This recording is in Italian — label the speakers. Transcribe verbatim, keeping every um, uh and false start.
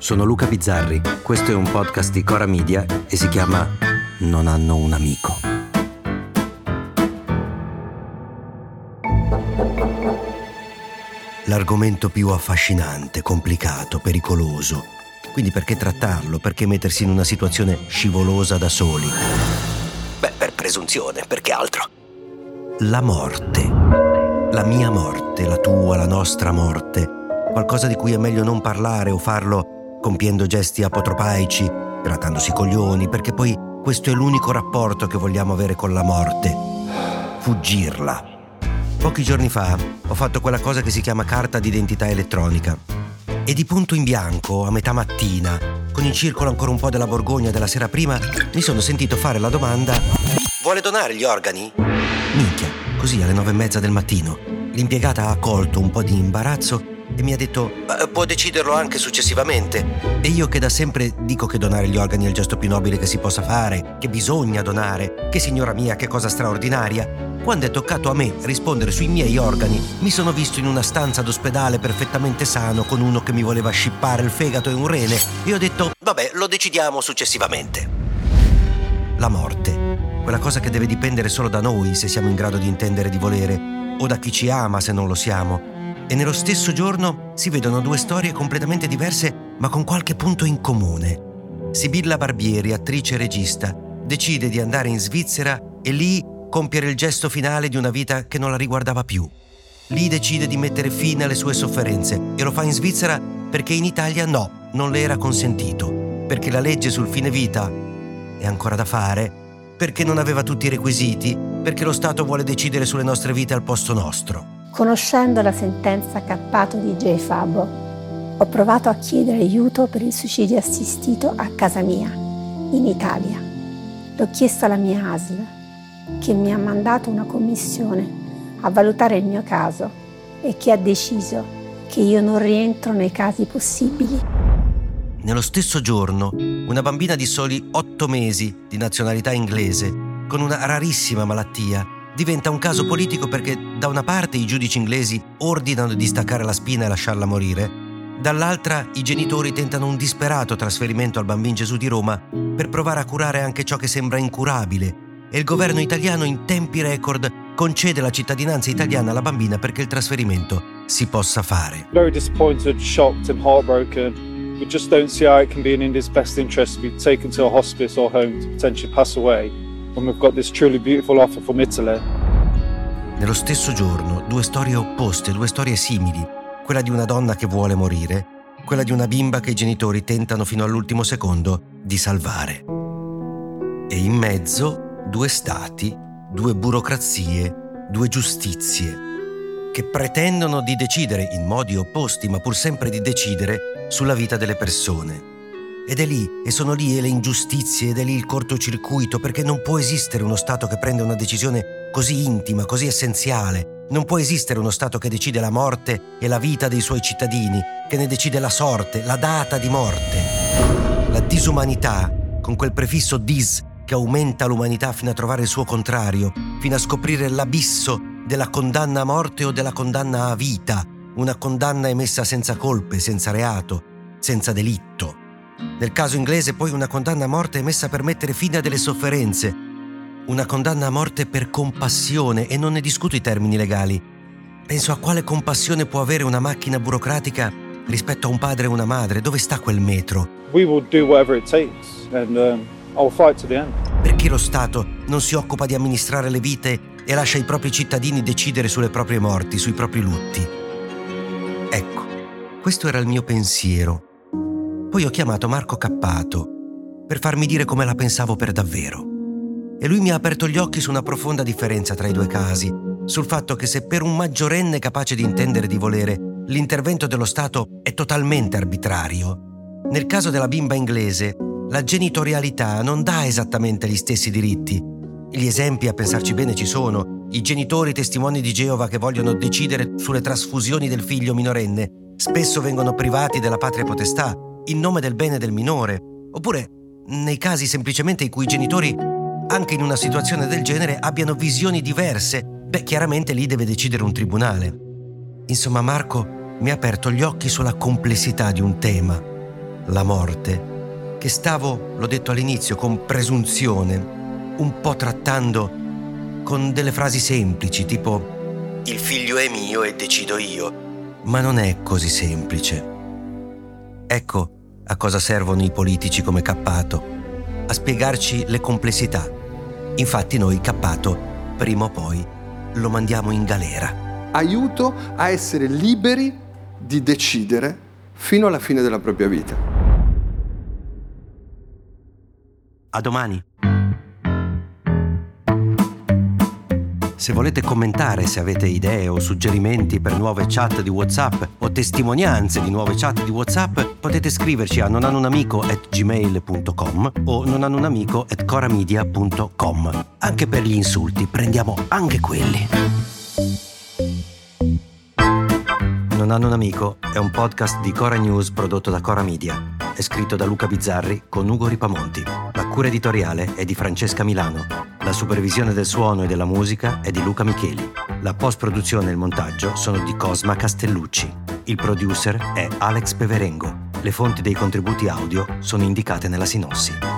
Speaker 1: sono Luca Bizzarri, questo è un podcast di Cora Media e si chiama Non hanno un amico. L'argomento più affascinante, complicato, pericoloso. Quindi perché trattarlo? Perché mettersi in una situazione scivolosa da soli? Beh, per presunzione, perché altro? La morte. La mia morte, la tua, la nostra morte. Qualcosa di cui è meglio non parlare o farlo compiendo gesti apotropaici, grattandosi i coglioni, perché poi questo è l'unico rapporto che vogliamo avere con la morte. Fuggirla. Pochi giorni fa ho fatto quella cosa che si chiama carta d'identità elettronica e di punto in bianco, a metà mattina, con in circolo ancora un po' della Borgogna della sera prima, mi sono sentito fare la domanda: vuole donare gli organi? Minchia, così alle nove e mezza del mattino. L'impiegata ha colto un po' di imbarazzo e mi ha detto: può deciderlo anche successivamente. E io che da sempre dico che donare gli organi è il gesto più nobile che si possa fare, che bisogna donare, che signora mia che cosa straordinaria, quando è toccato a me rispondere sui miei organi mi sono visto in una stanza d'ospedale perfettamente sano con uno che mi voleva scippare il fegato e un rene e ho detto: vabbè, lo decidiamo successivamente. La morte, quella cosa che deve dipendere solo da noi se siamo in grado di intendere di volere, o da chi ci ama se non lo siamo. E nello stesso giorno si vedono due storie completamente diverse ma con qualche punto in comune. Sibilla Barbieri, attrice e regista, decide di andare in Svizzera e lì compiere il gesto finale di una vita che non la riguardava più. Lì decide di mettere fine alle sue sofferenze e lo fa in Svizzera perché in Italia no, non le era consentito, perché la legge sul fine vita è ancora da fare, perché non aveva tutti i requisiti, perché lo Stato vuole decidere sulle nostre vite al posto nostro.
Speaker 2: Conoscendo la sentenza Cappato di J. Fabbo, ho provato a chiedere aiuto per il suicidio assistito a casa mia, in Italia. L'ho chiesto alla mia A S L, che mi ha mandato una commissione a valutare il mio caso e che ha deciso che io non rientro nei casi possibili.
Speaker 1: Nello stesso giorno, una bambina di soli otto mesi, di nazionalità inglese, con una rarissima malattia, diventa un caso politico perché da una parte i giudici inglesi ordinano di staccare la spina e lasciarla morire, dall'altra i genitori tentano un disperato trasferimento al Bambin Gesù di Roma per provare a curare anche ciò che sembra incurabile, e il governo italiano in tempi record concede la cittadinanza italiana alla bambina perché il trasferimento si possa fare.
Speaker 3: Very disappointed, shocked and heartbroken. We just don't see how it can be in India's best interest to be taken to a hospice or home to potentially pass away. When we've got this truly beautiful offer from Italy.
Speaker 1: Nello stesso giorno, due storie opposte, due storie simili. Quella di una donna che vuole morire, quella di una bimba che i genitori tentano fino all'ultimo secondo di salvare. E in mezzo due stati, due burocrazie, due giustizie, che pretendono di decidere in modi opposti, ma pur sempre di decidere sulla vita delle persone. Ed è lì, e sono lì e le ingiustizie, ed è lì il cortocircuito, perché non può esistere uno Stato che prende una decisione così intima, così essenziale. Non può esistere uno Stato che decide la morte e la vita dei suoi cittadini, che ne decide la sorte, la data di morte. La disumanità, con quel prefisso dis che aumenta l'umanità fino a trovare il suo contrario, fino a scoprire l'abisso della condanna a morte o della condanna a vita, una condanna emessa senza colpe, senza reato, senza delitto. Nel caso inglese poi una condanna a morte emessa per mettere fine a delle sofferenze, una condanna a morte per compassione, e non ne discuto i termini legali. Penso a quale compassione può avere una macchina burocratica rispetto a un padre e una madre. Dove sta quel metro?
Speaker 3: We will do whatever it takes and um, I'll fight to the end.
Speaker 1: Perché lo Stato non si occupa di amministrare le vite e lascia i propri cittadini decidere sulle proprie morti, sui propri lutti? Ecco, questo era il mio pensiero. Poi ho chiamato Marco Cappato per farmi dire come la pensavo per davvero. E lui mi ha aperto gli occhi su una profonda differenza tra i due casi, sul fatto che se per un maggiorenne capace di intendere e di volere l'intervento dello Stato è totalmente arbitrario, nel caso della bimba inglese la genitorialità non dà esattamente gli stessi diritti. Gli esempi, a pensarci bene, ci sono. I genitori testimoni di Geova che vogliono decidere sulle trasfusioni del figlio minorenne spesso vengono privati della patria potestà in nome del bene del minore, oppure nei casi semplicemente in cui i genitori, anche in una situazione del genere, abbiano visioni diverse, beh, chiaramente lì deve decidere un tribunale. Insomma, Marco mi ha aperto gli occhi sulla complessità di un tema la morte, che stavo, l'ho detto all'inizio, con presunzione, un po' trattando con delle frasi semplici, tipo «Il figlio è mio e decido io». Ma non è così semplice. Ecco a cosa servono i politici come Cappato, a spiegarci le complessità. Infatti noi Cappato, prima o poi, lo mandiamo in galera.
Speaker 4: Aiuto a essere liberi di decidere fino alla fine della propria vita.
Speaker 1: A domani. Se volete commentare, se avete idee o suggerimenti per nuove chat di WhatsApp o testimonianze di nuove chat di WhatsApp, potete scriverci a nonhanunamico at gmail punto com o nonhanunamico at coramedia punto com. Anche per gli insulti, prendiamo anche quelli. Non hanno un amico è un podcast di Cora News prodotto da Cora Media. È scritto da Luca Bizzarri con Ugo Ripamonti. La cura editoriale è di Francesca Milano. La supervisione del suono e della musica è di Luca Micheli. La post-produzione e il montaggio sono di Cosma Castellucci. Il producer è Alex Peverengo. Le fonti dei contributi audio sono indicate nella sinossi.